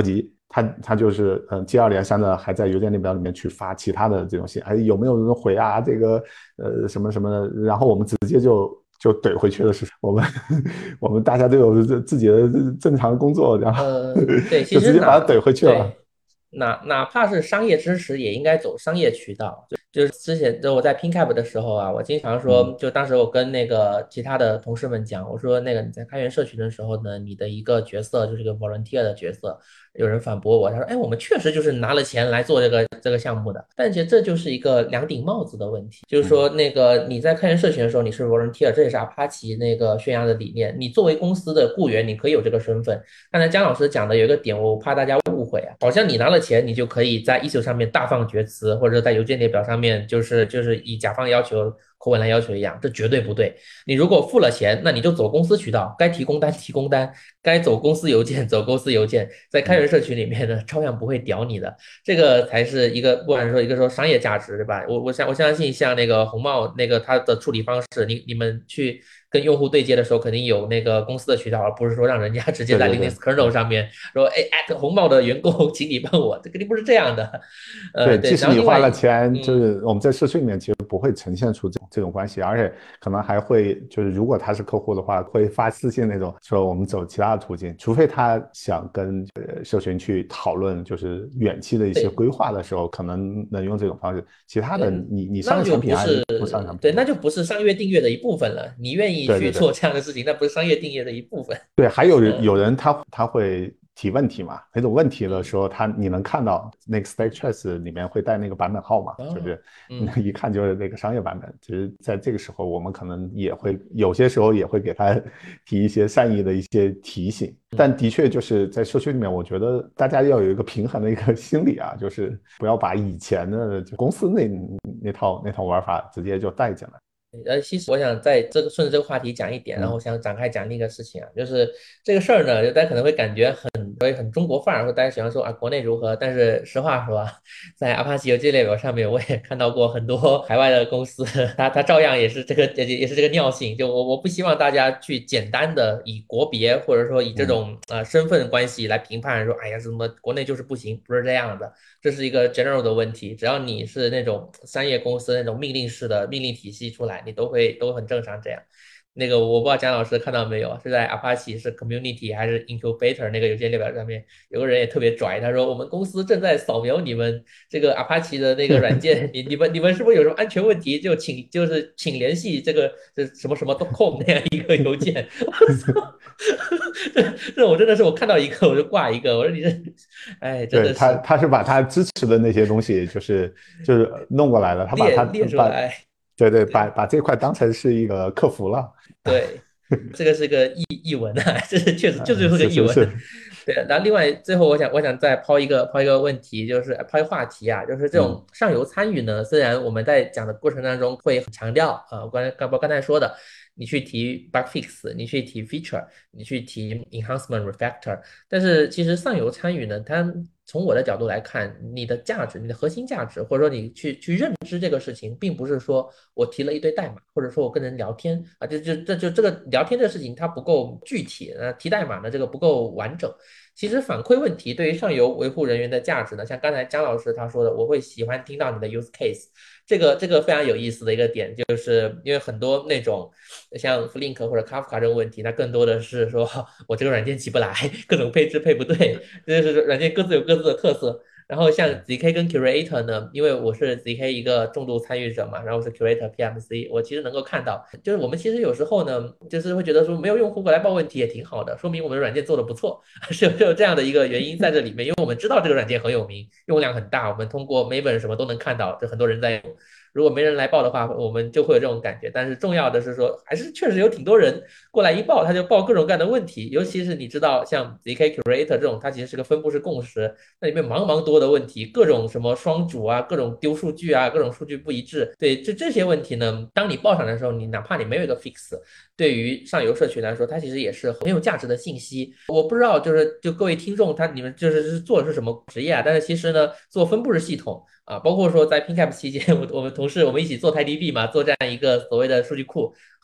他他就是嗯，接二连三的还在邮件列表里面去发其他的这种信，哎，有没有人回啊？这个呃什么什么的，然后我们直接就就怼回去的是我们我们大家都有自己的正常工作，然后呃，对，其就直实哪接把他怼回去了。 对哪哪怕是商业支持，也应该走商业渠道。就就是之前就我在 PinCap 的时候啊，我经常说， 嗯， 就当时我跟那个其他的同事们讲，我说那个你在开源社群的时候呢，你的一个角色就是一个 volunteer 的角色。有人反驳我，他说，哎，我们确实就是拿了钱来做这个这个项目的，但其实这就是一个两顶帽子的问题，就是嗯， 说那个你在开源社群的时候你是 volunteer，这也是 Apache 那个宣扬的理念，你作为公司的雇员，你可以有这个身份。刚才姜老师讲的有一个点，我怕大家误会啊，好像你拿了钱，你就可以在 issue 上面大放厥词，或者在邮件列表上面就是就是以甲方要求口吻来要求一样，这绝对不对。你如果付了钱，那你就走公司渠道，该提供单提供单，该走公司邮件走公司邮件，在开源嗯， 社群里面呢，照样不会屌你的。这个才是一个，不管说一个说商业价值，对吧？我我相我相信像那个红帽那个它的处理方式，你你们去跟用户对接的时候，肯定有那个公司的渠道，而不是说让人家直接在对对 Linux 对 kernel 对。 上面说，哎，at 红帽的员工，请你帮我，这肯定不是这样的。呃， 对，即对， 使你花然后另外， 了钱，就嗯。 是我们在社区里面其实不会呈现出这种这种关系，而且可能还会就是如果他是客户的话，会发私信那种说我们走其他的途径，除非他想跟呃社群去讨论就是远期的一些对规划的时候，可能能用这种方式。其他的对， 你你商那业产品还是就不是不商业产对， 品嘛？ 那就不是商业订阅的一部分了。你愿意对对对。 去做这样的事情，那不是商业订阅的一部分。 对，还有人有嗯人他他会提问题嘛？那种问题的时嗯候，他你能看到那个 Stack 嗯， Trace 里面会带那个版本号嘛？就哦， 是那嗯一看就是那个商业版本。其实，在这个时候，我们可能也会有些时候也会给他提一些善意的一些提醒。 嗯。 但的确就是在社区里面，我觉得大家要有一个平衡的一个心理啊，就是不要把以前的就公司那那套那套玩法直接就带进来。 呃，其实我想在这个顺着这个话题讲一点，然后我嗯想展开讲另一个事情啊，就是这个事儿呢，就大家可能会感觉很所以很中国范儿，或大家喜欢说啊国内如何，但是实话说啊，在 Apache 邮件列表上面，我也看到过很多海外的公司，它它照样也是这个也也是这个尿性，就我我不希望大家去简单的以国别或者说以这嗯。 种啊、呃身份关系来评判说，哎呀什么国内就是不行，不是这样的。这是一个 general 的问题，只要你是那种商业公司那种命令式的命令体系出来，你都会都很正常这样。那个我不知道蒋老师看到没有，是在 Apache 是 Community 还是 Incubator 那个邮件列表上面，有个人也特别拽，他说我们公司正在扫描你们这个 Apache 的那个软件，你你们你们是不是有什么安全问题？就请就是请联系这个这什么什么 .com 那样一个邮件。我操，这这我真的是我看到一个我就挂一个，我说你这，哎，真对他， 的是。 他是把他支持的那些东西，就是就是弄过来了，他把他列列出把， 来， 对对，把对把这块当成是一个客服了。 对，这个是个译译文啊，这是确实就嗯， 是个译文。 是是是。 对，然后另外最后我想我想再抛一个抛一个问题，就是抛一个话题啊，就是这嗯种上游参与呢，虽然我们在讲的过程当中会很强调啊，我刚才刚包括刚才说的，你去提 bug fix，你去提 feature，你去提 enhancement refactor，但是其实上游参与呢，它从我的角度来看，你的价值，你的核心价值，或者说你去去认知这个事情，并不是说我提了一堆代码，或者说我跟人聊天啊，就就这就这个聊天这个事情它不够具体，那提代码呢这个不够完整。其实反馈问题对于上游维护人员的价值呢，像刚才姜老师他说的，我会喜欢听到你的 use case，这个这个非常有意思的一个点，就是因为很多那种像 Flink 或者 Kafka 这种问题，它更多的是说我这个软件起不来，各种配置配不对，这就是软件各自有各自的特色。然后像 Z K 跟 Curator 呢，因为我是 Z K 一个重度参与者嘛，然后是 Curator P M C，我其实能够看到，就是我们其实有时候呢，就是会觉得说没有用户过来报问题也挺好的，说明我们的软件做的不错，是有这样的一个原因在这里面，因为我们知道这个软件很有名，用量很大，我们通过 Maven 什么都能看到，这很多人在用。如果没人来报的话，我们就会有这种感觉。但是重要的是说，还是确实有挺多人过来一报，他就报各种各样的问题。尤其是你知道，像 Z K Curator 这种，它其实是个分布式共识，那里面茫茫多的问题，各种什么双主啊，各种丢数据啊，各种数据不一致，对，这这些问题呢，当你报上来的时候，你哪怕你没有一个 fix，对于上游社群来说，它其实也是很有价值的信息。我不知道，就是就各位听众，他你们就是是做的是什么职业啊？但是其实呢，做分布式系统。啊，包括说在 PinCap 期间，我我们同事我们一起做 TiDB 嘛，做这样一个所谓的数据库，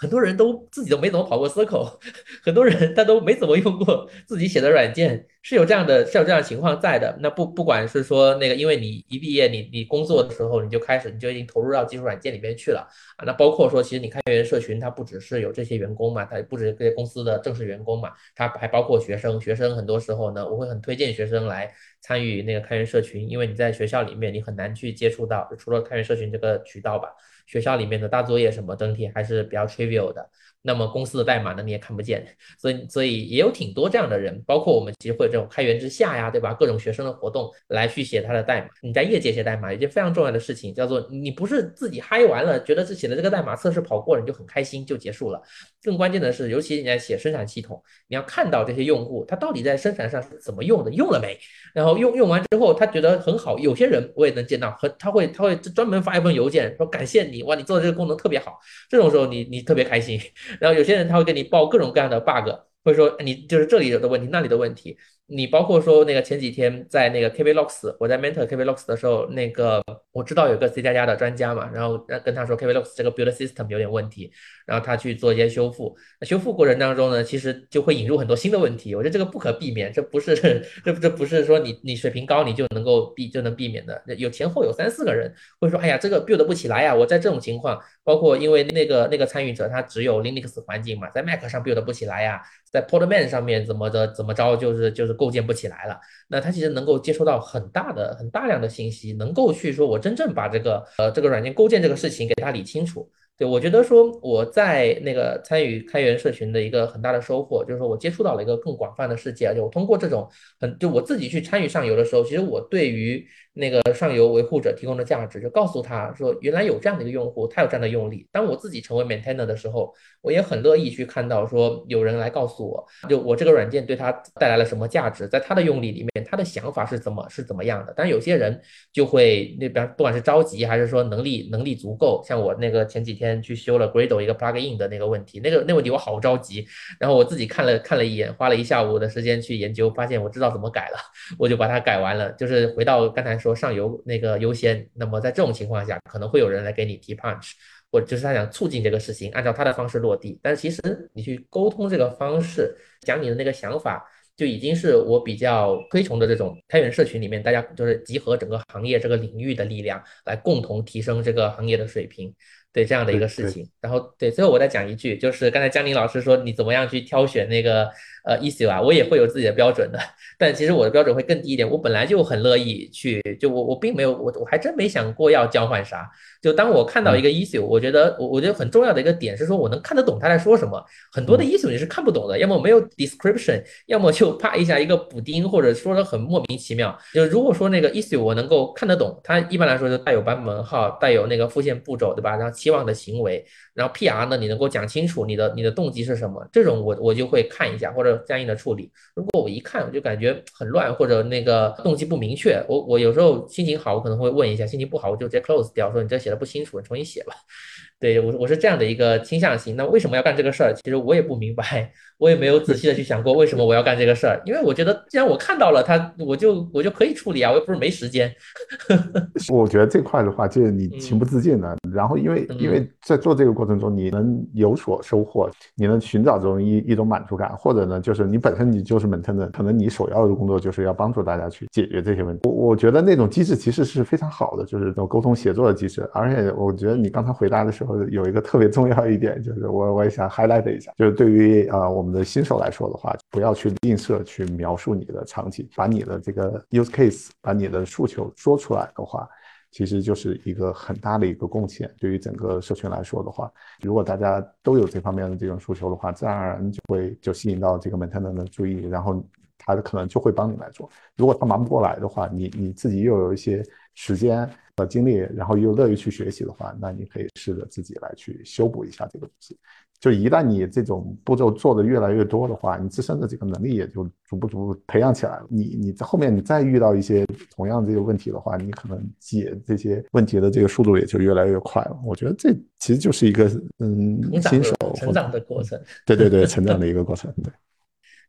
很多人都自己都没怎么跑过 Circle，很多人他都没怎么用过自己写的软件，是有这样的是有这样的情况在的。那不不管是说那个，因为你一毕业你你工作的时候你就开始你就已经投入到技术软件里面去了啊。那包括说，其实你开源社群它不只是有这些员工嘛，它不只是这些公司的正式员工嘛，它还包括学生。学生很多时候呢，我会很推荐学生来参与那个开源社群，因为你在学校里面你很难去接触到，除了开源社群这个渠道吧，学校里面的大作业什么整体还是比较 trivial 的。那么公司的代码呢，你也看不见，所以所以也有挺多这样的人，包括我们其实会有这种开源之下呀，对吧？各种学生的活动来去写他的代码。你在业界写代码有一件非常重要的事情，叫做你不是自己嗨完了，觉得自己的这个代码测试跑过了，你就很开心就结束了。更关键的是，尤其你在写生产系统，你要看到这些用户他到底在生产上是怎么用的，用了没？然后用用完之后，他觉得很好。有些人我也能见到，和他会他会专门发一封邮件说感谢你，哇，你做的这个功能特别好。这种时候你你特别开心。然后有些人他会给你报各种各样的 bug，或者说你就是这里有的问题，那里的问题。你包括说那个前几天在那个 K V Logs，我在 mentor K V Logs 的时候，那个我知道有个 C 加加的专家嘛，然后跟他说 K V Logs 这个 build system 有点问题，然后他去做一些修复。那修复过程当中呢，其实就会引入很多新的问题。我觉得这个不可避免，这不是这这不是说你你水平高你就能够避就能避免的。有前后有三四个人会说，哎呀，这个 build 不起来呀，我在这种情况。包括因为那个那个参与者他只有 Linux 环境嘛，在 Mac 上 build 不起来呀，在 Podman 上面怎么的怎么着就是就是构建不起来了。那他其实能够接收到很大的很大量的信息，能够去说我真正把这个呃这个软件构建这个事情给他理清楚。对，我觉得说我在那个参与开源社群的一个很大的收获，就是说我接触到了一个更广泛的世界，而且我通过这种很就我自己去参与上游的时候，其实我对于那个上游维护者提供的价值，就告诉他说，原来有这样的一个用户，他有这样的用力。当我自己成为 maintainer 的时候，我也很乐意去看到说有人来告诉我，就我这个软件对他带来了什么价值，在他的用力里面，他的想法是怎么是怎么样的。但有些人就会那边不管是着急还是说能力能力足够，像我那个前几天去修了 Gradle 一个 plugin 的那个问题，那个那个问题我好着急，然后我自己看了看了一眼，花了一下午的时间去研究，发现我知道怎么改了。我就把它改完了。就是回到刚才说上游那个优先，那么在这种情况下，可能会有人来给你提 punch，或者就是他想促进这个事情，按照他的方式落地。但是其实你去沟通这个方式，讲你的那个想法，就已经是我比较推崇的这种开源社群里面，大家就是集合整个行业这个领域的力量，来共同提升这个行业的水平。对这样的一对对。 个事情，然后对，最后我再讲一句，就是刚才江宁老师说你怎么样去挑选那个呃 issue 啊，我也会有自己的标准的，但其实我的标准会更低一点。我本来就很乐意去，就我我并没有我我还真没想过要交换啥。就当我看到一嗯。 个 issue，我觉得我我觉得很重要的一个点是说我能看得懂他在说什么。很多的嗯。 issue 你是看不懂的，要么没有 description，要么就啪一下一个补丁，或者说的很莫名其妙。就如果说那个 issue 我能够看得懂，它一般来说就带有版本号，带有那个复现步骤，对吧？然后期望的行为，然后 P R 呢你能够讲清楚你的你的动机是什么，这种我我就会看一下或者相应的处理。如果我一看我就感觉很乱，或者那个动机不明确，我我有时候心情好我可能会问一下，心情不好我就直接 close 掉，说你这写的不清楚，你重新写吧。对，我我是这样的一个倾向性。那为什么要干这个事儿？其实我也不明白，我也没有仔细的去想过为什么我要干这个事儿。因为我觉得既然我看到了它，我就我就可以处理啊，我又不是没时间。 我觉得这块的话，就是你情不嗯自禁的，然后因为因嗯为在做这个过程中，你能有所收获，你能寻找中一一种满足感，或者呢，就是你本身你就是 maintainer，可能你首要的工作就是要帮助大家去解决这些问题。我我觉得那种机制其实是非常好的，就是这种沟通协作的机制。而且我觉得你刚才回答的时候有一个特别重要一点，就是我我也想 highlight 一下，就是对于呃我们的新手来说的话，不要去吝啬去描述你的场景，把你的这个 use case，把你的诉求说出来的话，其实就是一个很大的一个贡献。对于整个社群来说的话，如果大家都有这方面的这种诉求的话，自然而然就会就吸引到这个 maintainer 的注意，然后他可能就会帮你来做。如果他忙不过来的话，你你自己又有一些时间和精力，然后又乐于去学习的话，那你可以试着自己来去修补一下这个东西。就一旦你这种步骤做的越来越多的话，你自身的这个能力也就逐步逐步培养起来了。你你在后面你再遇到一些同样这个问题的话，你可能解这些问题的这个速度也就越来越快了。我觉得这其实就是一个嗯成长新手的成长的过程。 对对对成长的一个过程。对。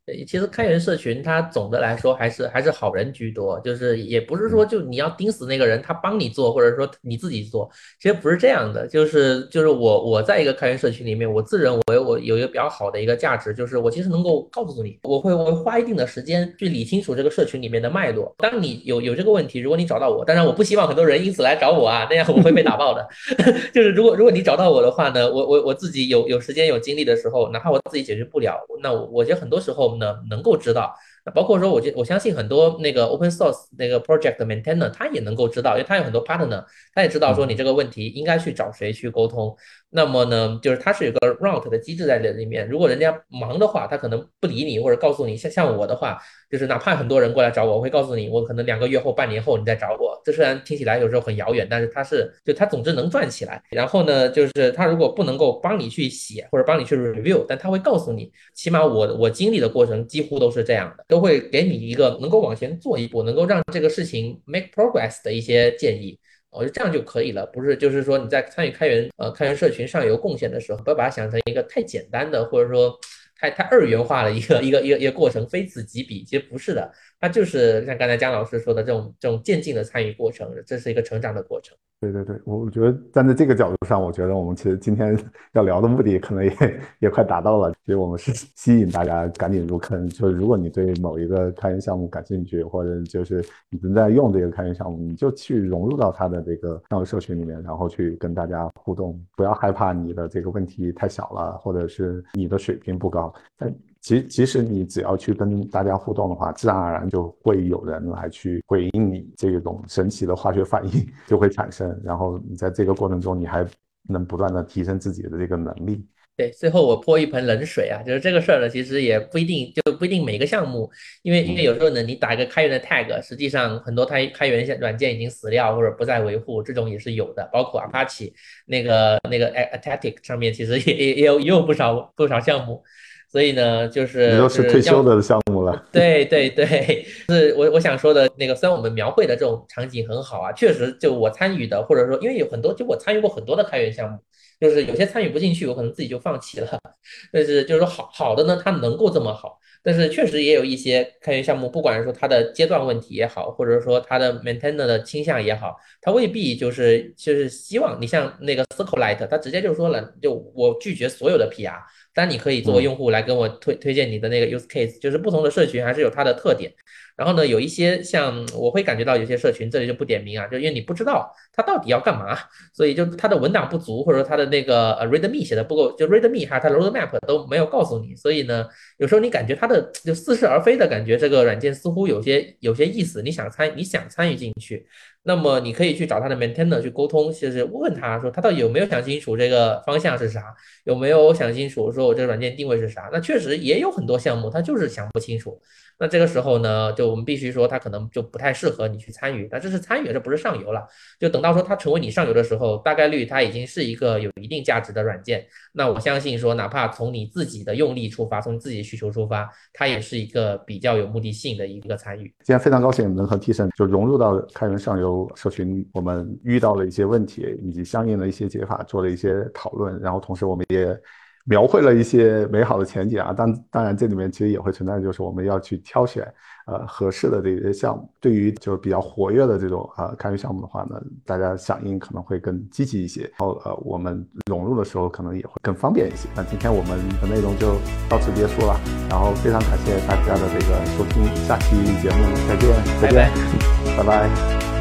呃其实开源社群它总的来说还是还是好人居多，就是也不是说嗯就你要盯死那个人，他帮你做，或者说你自己做，其实不是这样的。就是就是我我在一个开源社群里面，我自认为我有一个比较好的一个价值，就是我其实能够告诉你，我会我会花一定的时间去理清楚这个社群里面的脉络。当你有有这个问题，如果你找到我，当然我不希望很多人因此来找我啊，那样我会被打爆的。就是如果如果你找到我的话呢，我我我自己有有时间有精力的时候，哪怕我自己解决不了，那我我觉得很多时候呢能够知道。那包括说，我觉我相信很多那个 open source 那个 project maintainer 他也能够知道，因为他有很多 partner，他也知道说你嗯这个问题应该去找谁去沟通。那么呢，就是它是有个 route 的机制在这里面。如果人家忙的话，他可能不理你或者告诉你，像像我的话，就是哪怕很多人过来找我，我会告诉你，我可能两个月后、半年后你再找我。这虽然听起来有时候很遥远，但是它是就它总之能转起来。然后呢，就是他如果不能够帮你去写或者帮你去 review，但他会告诉你，起码我我经历的过程几乎都是这样的，都会给你一个能够往前做一步，能够让这个事情 make progress 的一些建议。我觉得这样就可以了，不是就是说你在参与开源呃开源社群上游贡献的时候，不要把它想成一个太简单的或者说太太二元化的一个一个一个一个过程，非此即彼。其实不是的，它就是像刚才姜老师说的这种这种渐进的参与过程，这是一个成长的过程。 对对对，我觉得站在这个角度上，我觉得我们其实今天要聊的目的可能也也快达到了。其实我们是吸引大家赶紧入坑，就是如果你对某一个开源项目感兴趣，或者就是你正在用这个开源项目，你就去融入到它的这个项目社群里面，然后去跟大家互动。不要害怕你的这个问题太小了，或者是你的水平不高，但其其实你只要去跟大家互动的话，自然而然就会有人来去回应你，这种神奇的化学反应就会产生，然后你在这个过程中你还能不断的提升自己的这个能力。 对，最后我泼一盆冷水啊，就是这个事儿呢，其实也不一定，就不一定每个项目，因为因为有时候呢，你打一个开源的 tag，实际上很多开开源软件已经死掉或者不再维护，这种也是有的，包括 Apache 那个那个 Atatic 上面其实也也也有也有不少不少项目，所以呢，就你都是是退休的项目了。 对对对，是我我想说的那个，虽然我们描绘的这种场景很好啊，确实就我参与的，或者说因为有很多，就我参与过很多的开源项目，就是有些参与不进去，我可能自己就放弃了。但是就是说好好的呢，它能够这么好，但是确实也有一些开源项目，不管是说它的阶段问题也好，或者说它的 maintainer 的倾向也好，它未必就是就是希望你像那个 Circlelight，它直接就说了，就我拒绝所有的 P R。当然，你可以作为用户来跟我推推荐你的那个 use case，就是不同的社群还是有它的特点。然后呢，有一些像我会感觉到有些社群，这里就不点名啊，就因为你不知道它到底要干嘛，所以就它的文档不足，或者说它的那个呃 readme 写的不够，就 readme 还有它的 roadmap 都没有告诉你，所以呢，有时候你感觉它的就似是而非的感觉，这个软件似乎有些有些意思，你想参你想参与进去，那么你可以去找他的 maintainer 去沟通，就是问他说他到底有没有想清楚这个方向是啥，有没有想清楚说我这个软件定位是啥。那确实也有很多项目他就是想不清楚，那这个时候呢，就我们必须说他可能就不太适合你去参与，但这是参与，这不是上游了。就等到说它成为你上游的时候，大概率它已经是一个有一定价值的软件。那我相信说，哪怕从你自己的用力出发，从自己的需求出发，它也是一个比较有目的性的一个参与。 今天非常高兴能和 T 神就融入到开源上游社群，我们遇到了一些问题以及相应的一些解法做了一些讨论，然后同时我们也描绘了一些美好的前景啊。当当然这里面其实也会存在就是我们要去挑选呃合适的这些项目。对于就是比较活跃的这种呃开源项目的话呢，大家响应可能会更积极一些，然后呃我们融入的时候可能也会更方便一些。那今天我们的内容就到此结束了，然后非常感谢大家的这个收听，下期节目再见，再见，拜拜。拜拜。